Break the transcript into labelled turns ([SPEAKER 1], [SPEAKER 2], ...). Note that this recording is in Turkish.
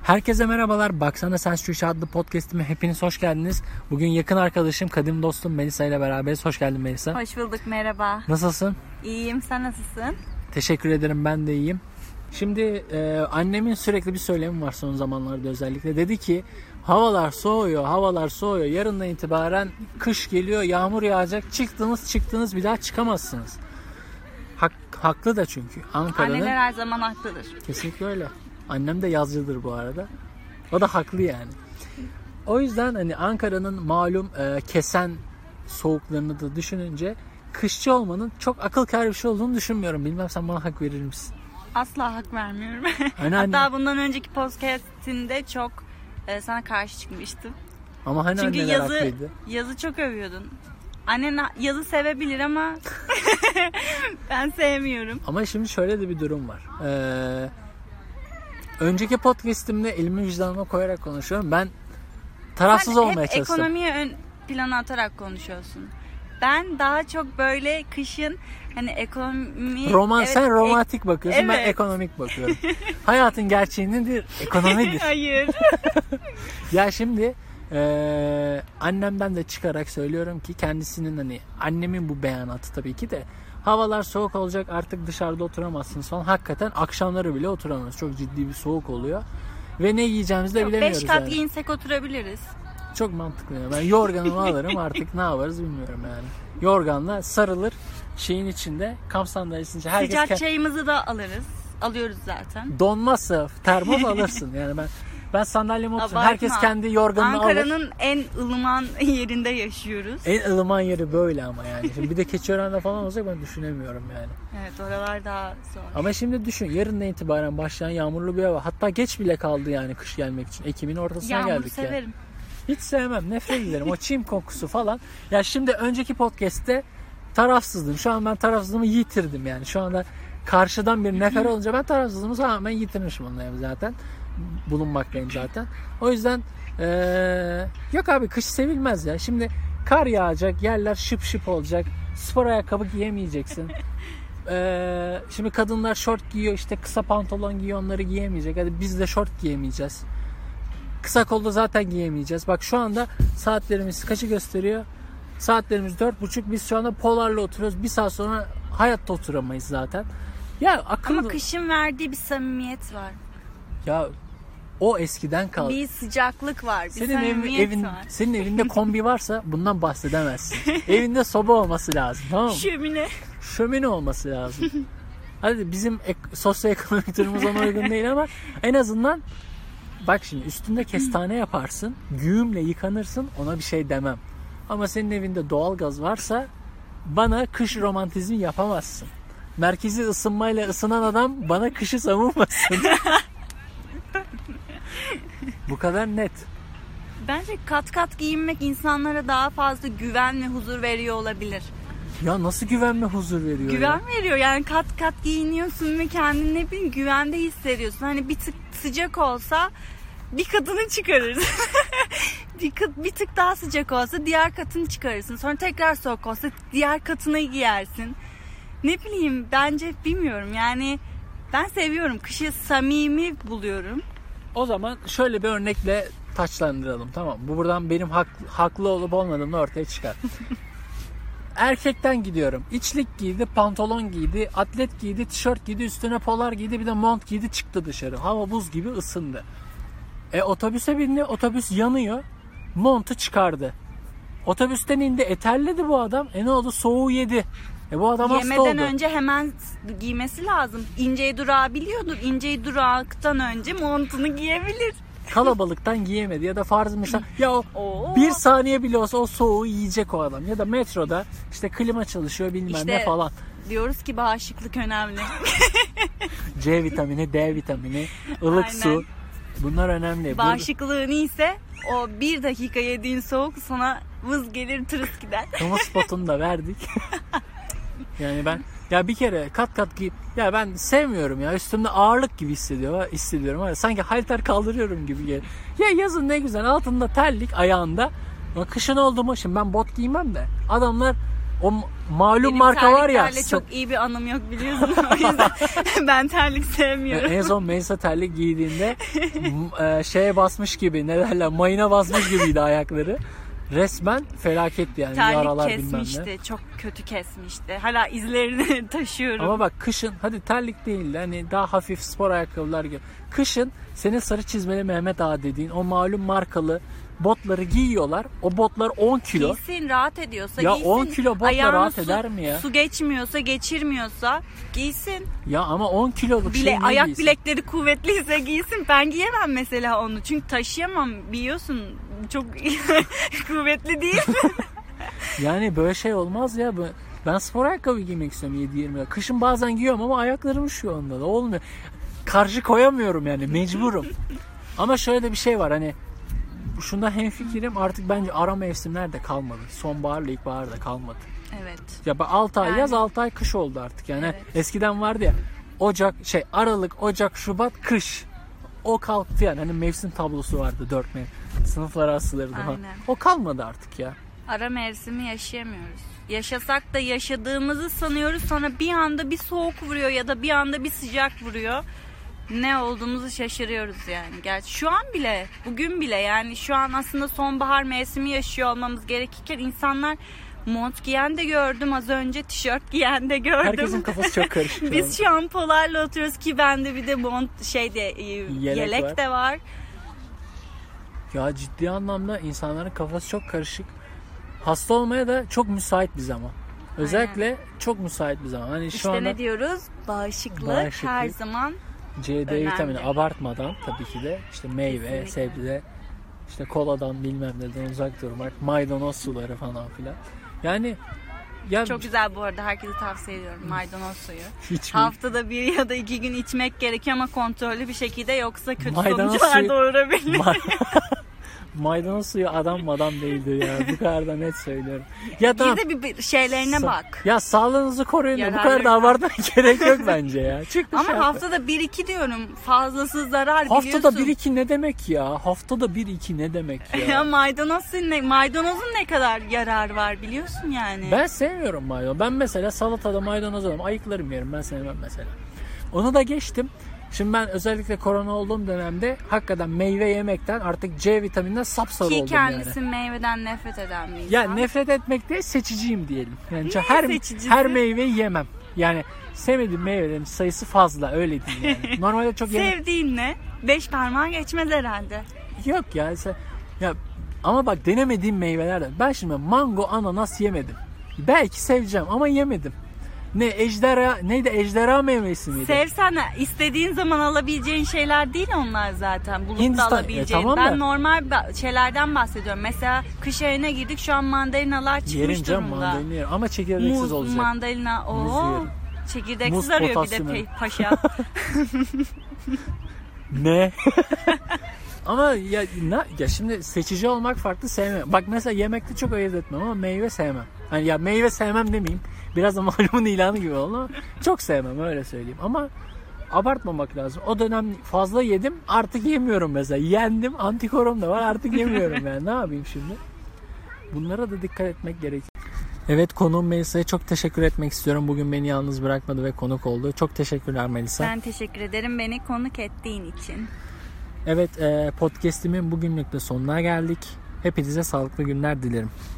[SPEAKER 1] Herkese merhabalar. Baksana Sen Şu İşe adlı podcast'ime hepiniz hoş geldiniz. Bugün yakın arkadaşım, kadim dostum Melisa ile beraberiz. Hoş geldin Melisa.
[SPEAKER 2] Hoş bulduk, merhaba.
[SPEAKER 1] Nasılsın?
[SPEAKER 2] İyiyim, sen nasılsın?
[SPEAKER 1] Teşekkür ederim, ben de iyiyim. Şimdi annemin sürekli bir söylemi var son zamanlarda özellikle. Dedi ki havalar soğuyor. Yarından itibaren kış geliyor, yağmur yağacak. Çıktınız bir daha çıkamazsınız. Haklı da çünkü. Ankara'nın...
[SPEAKER 2] Anneler her zaman haklıdır.
[SPEAKER 1] Kesinlikle öyle. Annem de yazcıdır bu arada. O da haklı yani. O yüzden hani Ankara'nın malum kesen soğuklarını da düşününce kışçı olmanın çok akıl kâr bir şey olduğunu düşünmüyorum. Bilmem sen bana hak verir misin?
[SPEAKER 2] Asla hak vermiyorum.
[SPEAKER 1] Hatta
[SPEAKER 2] bundan önceki podcast'inde çok sana karşı çıkmıştım.
[SPEAKER 1] Ama hani
[SPEAKER 2] çünkü
[SPEAKER 1] anneler haklıydı.
[SPEAKER 2] Yazı çok övüyordun. Annen yazı sevebilir ama ben sevmiyorum.
[SPEAKER 1] Ama şimdi şöyle de bir durum var. Önceki podcast'imde elimi vicdanıma koyarak konuşuyorum. Ben tarafsız olmaya çalıştım.
[SPEAKER 2] Hep ekonomiye ön plana atarak konuşuyorsun. Ben daha çok böyle kışın hani ekonomi...
[SPEAKER 1] Sen romantik bakıyorsun,
[SPEAKER 2] evet.
[SPEAKER 1] Ben ekonomik bakıyorum. Hayatın gerçeği nedir? Ekonomidir.
[SPEAKER 2] Hayır.
[SPEAKER 1] Ya şimdi annemden de çıkarak söylüyorum ki kendisinin hani annemin bu beyanatı tabii ki de havalar soğuk olacak artık dışarıda oturamazsınız falan. Hakikaten akşamları bile oturamıyoruz. Çok ciddi bir soğuk oluyor. Ve ne yiyeceğimizi de bilemiyoruz
[SPEAKER 2] 5 kat
[SPEAKER 1] yani.
[SPEAKER 2] giyinsek oturabiliriz.
[SPEAKER 1] Çok mantıklı. Yani. Ben yorganımı alırım artık ne yaparız bilmiyorum yani. Yorganla sarılır şeyin içinde, kamp sandalyesinin içinde.
[SPEAKER 2] Sıcak çayımızı da alıyoruz zaten.
[SPEAKER 1] Donmazsa termos alırsın. Yani ben sandalyeme otururum. Herkes kendi yorganını alır.
[SPEAKER 2] Ankara'nın en ılıman yerinde yaşıyoruz.
[SPEAKER 1] En ılıman yeri böyle ama yani. Şimdi bir de Keçiören'de falan olacak ben düşünemiyorum yani.
[SPEAKER 2] Evet, oralar daha zor.
[SPEAKER 1] Ama şimdi düşün, yarından itibaren başlayan yağmurlu bir hava. Hatta geç bile kaldı yani kış gelmek için. Ekim'in ortasına
[SPEAKER 2] Yağmur
[SPEAKER 1] geldik
[SPEAKER 2] severim.
[SPEAKER 1] Yani. Hiç sevmem, nefret ederim. O çim kokusu falan. Ya şimdi önceki podcast'te tarafsızdım. Şu an ben tarafsızlığımı yitirdim yani. Şu anda karşıdan bir nefer olunca ben tarafsızlığımı tamamen yitirmişim onunla zaten. Bulunmaktayım zaten. O yüzden yok abi, kış sevilmez ya. Şimdi kar yağacak, yerler şıp şıp olacak. Spor ayakkabı giyemeyeceksin. Şimdi kadınlar şort giyiyor, işte kısa pantolon giyiyor, onları giyemeyecek. Hadi biz de şort giyemeyeceğiz. Kısa kolda zaten giyemeyeceğiz. Bak şu anda saatlerimiz kaçı gösteriyor? Saatlerimiz 4.30. Biz şu anda polarla oturuyoruz. Bir saat sonra hayatta oturamayız zaten. Ya akıllı.
[SPEAKER 2] Ama kışın verdiği bir samimiyet var.
[SPEAKER 1] Ya o eskiden kaldı.
[SPEAKER 2] Bir sıcaklık var, bir samimiyet var.
[SPEAKER 1] Senin evinde kombi varsa bundan bahsedemezsin. Evinde soba olması lazım, tamam mı? Şömine olması lazım. Hadi bizim sosyoekonomik durumumuz ona uygun değil ama en azından bak şimdi üstünde kestane yaparsın, güğümle yıkanırsın, ona bir şey demem. Ama senin evinde doğalgaz varsa bana kış romantizmi yapamazsın. Merkezi ısınmayla ısınan adam bana kışı savunmasın. Bu kadar net.
[SPEAKER 2] Bence kat kat giyinmek insanlara daha fazla güven ve huzur veriyor olabilir.
[SPEAKER 1] Ya nasıl güven ve huzur veriyor?
[SPEAKER 2] Güven veriyor yani, kat kat giyiniyorsun ve kendini ne bileyim güvende hissediyorsun. Hani bir tık sıcak olsa bir katını çıkarırsın. bir tık daha sıcak olsa diğer katını çıkarırsın. Sonra tekrar soğuk olsa diğer katını giyersin. Ne bileyim, bence bilmiyorum yani, ben seviyorum. Kışı samimi buluyorum.
[SPEAKER 1] O zaman şöyle bir örnekle taçlandıralım, tamam. Bu buradan benim haklı olup olmadığımı ortaya çıkar. Erkekten gidiyorum. İçlik giydi, pantolon giydi, atlet giydi, tişört giydi, üstüne polar giydi, bir de mont giydi, çıktı dışarı. Hava buz gibi ısındı. Otobüse bindi, otobüs yanıyor. Montu çıkardı. Otobüsten indi, terledi bu adam. Ne oldu? Soğuğu yedi. Bu adam hasta oldu.
[SPEAKER 2] Yemeden önce hemen giymesi lazım. İnceyi durağı biliyordur. İnceyi duraktan önce montunu giyebilir.
[SPEAKER 1] Kalabalıktan giyemedi ya da farz mesela ya bir saniye bile olsa o soğuğu yiyecek o adam. Ya da metroda işte klima çalışıyor bilmem işte, ne falan.
[SPEAKER 2] Diyoruz ki bağışıklık önemli.
[SPEAKER 1] C vitamini, D vitamini, ılık su. Bunlar önemli.
[SPEAKER 2] Bağışıklığın iyiyse o bir dakika yediğin soğuk sana vız gelir, tırıs gider.
[SPEAKER 1] Kamu spotunu da verdik. Yani ben ya bir kere kat giy. Ya ben sevmiyorum ya. Üstümde ağırlık gibi hissediyorum. Sanki halter kaldırıyorum gibi geliyor. Ya yazın ne güzel. Altında terlik ayağında. Ama kışın oldu mu? Şimdi ben bot giymem de. Adamlar O malum
[SPEAKER 2] Benim
[SPEAKER 1] marka var ya.
[SPEAKER 2] terliklerle çok iyi bir anım yok biliyorsun. O yüzden ben terlik sevmiyorum.
[SPEAKER 1] En son Melisa terlik giydiğinde şeye basmış gibi, ne derler, mayına basmış gibiydi ayakları. Resmen felaketti yani. Yaralar
[SPEAKER 2] Terlik
[SPEAKER 1] bilmem
[SPEAKER 2] kesmişti.
[SPEAKER 1] ne.
[SPEAKER 2] Çok kötü kesmişti. Hala izlerini taşıyorum.
[SPEAKER 1] Ama bak kışın hadi terlik değil de hani daha hafif spor ayakkabılar gibi. Kışın senin sarı çizmeli Mehmet Ağa dediğin o malum markalı botları giyiyorlar. O botlar 10 kilo.
[SPEAKER 2] Giysin, rahat ediyorsa
[SPEAKER 1] Ya
[SPEAKER 2] giysin.
[SPEAKER 1] 10 kilo botla
[SPEAKER 2] Ayağını
[SPEAKER 1] rahat eder mi ya?
[SPEAKER 2] Su geçmiyorsa, geçirmiyorsa giysin.
[SPEAKER 1] Ya ama 10 kiloluk
[SPEAKER 2] Bile,
[SPEAKER 1] şey ne
[SPEAKER 2] ayak
[SPEAKER 1] giysin?
[SPEAKER 2] bilekleri kuvvetliyse giysin. Ben giyemem mesela onu. Çünkü taşıyamam, biliyorsun. Çok kuvvetli değil.
[SPEAKER 1] Yani böyle şey olmaz ya. Ben spor ayakkabı giymek istiyorum 7-20. Kışın bazen giyiyorum ama ayaklarım üşüyor onda da. Olmuyor. Karşı koyamıyorum yani. Mecburum. Ama şöyle de bir şey var, hani şunda hemfikirim, artık bence ara mevsimler de kalmadı. Sonbaharla ilkbahar da kalmadı.
[SPEAKER 2] Evet.
[SPEAKER 1] Ya 6 ay
[SPEAKER 2] Yani.
[SPEAKER 1] yaz, 6 ay kış oldu artık. Yani
[SPEAKER 2] Evet.
[SPEAKER 1] eskiden vardı ya, Aralık, Ocak, Şubat kış. O kalktı yani. Hani mevsim tablosu vardı 4 mevsim. Sınıflara asılırdı falan.
[SPEAKER 2] Aynen.
[SPEAKER 1] O kalmadı artık ya.
[SPEAKER 2] Ara mevsimi yaşayamıyoruz. Yaşasak da yaşadığımızı sanıyoruz. Sonra bir anda bir soğuk vuruyor ya da bir anda bir sıcak vuruyor. Ne olduğumuzu şaşırıyoruz yani. Gerçi şu an bile, bugün bile, yani şu an aslında sonbahar mevsimi yaşıyor olmamız gerekirken insanlar mont giyen de gördüm az önce, tişört giyen de gördüm.
[SPEAKER 1] Herkesin kafası çok karışık.
[SPEAKER 2] Biz şu an polarla oturuyoruz ki bende bir de mont yelek
[SPEAKER 1] var.
[SPEAKER 2] de var.
[SPEAKER 1] Ya ciddi anlamda insanların kafası çok karışık. Hasta olmaya da çok müsait bir zaman. Özellikle çok müsait bir zaman. Hani şu
[SPEAKER 2] İşte
[SPEAKER 1] anda
[SPEAKER 2] ne diyoruz? Bağışıklık her zaman
[SPEAKER 1] C, D
[SPEAKER 2] önemli.
[SPEAKER 1] vitamini abartmadan tabii ki de işte meyve,
[SPEAKER 2] Kesinlikle.
[SPEAKER 1] sebze, işte koladan bilmem neden uzak durmak, maydanoz suları falan filan. Yani ya
[SPEAKER 2] çok güzel bu arada, herkese tavsiye ediyorum maydanoz suyu.
[SPEAKER 1] hiç
[SPEAKER 2] Haftada 1 ya da 2 gün içmek gerekiyor ama kontrollü bir şekilde, yoksa kötü
[SPEAKER 1] Maydanoz
[SPEAKER 2] sonuçlar
[SPEAKER 1] suyu-
[SPEAKER 2] doğurabilir.
[SPEAKER 1] maydanoz suyu adam değildir ya. Bu kadar da net söylüyorum. Ya tamam.
[SPEAKER 2] Bir de bir şeylerine bak.
[SPEAKER 1] Ya sağlığınızı koruyun da bu kadar da
[SPEAKER 2] Yararlarına.
[SPEAKER 1] abartmaya gerek yok bence ya. Çık dışarı.
[SPEAKER 2] Ama haftada 1-2 diyorum. Fazlası zarar,
[SPEAKER 1] Haftada
[SPEAKER 2] biliyorsun.
[SPEAKER 1] 1-2 ne demek ya? Haftada 1-2 ne demek ya?
[SPEAKER 2] Ya maydanozun ne kadar yarar var biliyorsun yani.
[SPEAKER 1] Ben sevmiyorum maydanoz. Ben mesela salatada maydanoz alıyorum. Ayıklarım yerim. Ben sevmem mesela. Onu da geçtim. Şimdi ben özellikle korona olduğum dönemde hakikaten meyve yemekten artık C vitamininden sapsarı
[SPEAKER 2] Ki
[SPEAKER 1] oldum
[SPEAKER 2] kendisi
[SPEAKER 1] yani.
[SPEAKER 2] meyveden nefret eden bir insan.
[SPEAKER 1] Ya nefret etmek değil, seçiciyim diyelim. Yani
[SPEAKER 2] Niye
[SPEAKER 1] her
[SPEAKER 2] seçicisin?
[SPEAKER 1] her meyveyi yemem. Yani sevmediğim meyvelerin sayısı fazla, öyle diyeyim yani. Normalde çok
[SPEAKER 2] Sevdiğin ne? 5 parmağı geçmez herhalde.
[SPEAKER 1] yok ya. Ya ama bak, denemediğim meyveler de. Ben şimdi mango, ananas yemedim. Belki seveceğim ama yemedim. Ejderha meyvesi miydi?
[SPEAKER 2] Sevsen istediğin zaman alabileceğin şeyler değil onlar zaten. Bulup
[SPEAKER 1] Hindistan-
[SPEAKER 2] da alabileceğin.
[SPEAKER 1] tamam
[SPEAKER 2] Ben
[SPEAKER 1] da-
[SPEAKER 2] normal şeylerden bahsediyorum. Mesela kış ayına girdik, şu an mandalinalar çıkmış
[SPEAKER 1] Yerim canım,
[SPEAKER 2] durumda.
[SPEAKER 1] mandalina yerim ama çekirdeksiz
[SPEAKER 2] Muz,
[SPEAKER 1] olacak.
[SPEAKER 2] mandalina.
[SPEAKER 1] Muz
[SPEAKER 2] Oo.
[SPEAKER 1] yerim.
[SPEAKER 2] Çekirdeksiz
[SPEAKER 1] Muz
[SPEAKER 2] arıyor bir
[SPEAKER 1] potasyumu.
[SPEAKER 2] de paşa.
[SPEAKER 1] Ne? Ama ya şimdi seçici olmak farklı, sevmem. Bak mesela yemekte çok ayırt etmem ama meyve sevmem. Hani ya meyve sevmem demeyeyim. Biraz da malumun ilanı gibi oldu ama çok sevmem, öyle söyleyeyim. Ama abartmamak lazım. O dönem fazla yedim, artık yemiyorum mesela. Yendim, antikorum da var, artık yemiyorum yani. Ne yapayım şimdi? Bunlara da dikkat etmek gerekiyor. Evet, konuğum Melisa'ya çok teşekkür etmek istiyorum. Bugün beni yalnız bırakmadı ve konuk oldu. Çok teşekkürler Melisa.
[SPEAKER 2] Ben teşekkür ederim beni konuk ettiğin için.
[SPEAKER 1] Evet, podcast'imin bugünlük de sonuna geldik. Hepinize sağlıklı günler dilerim.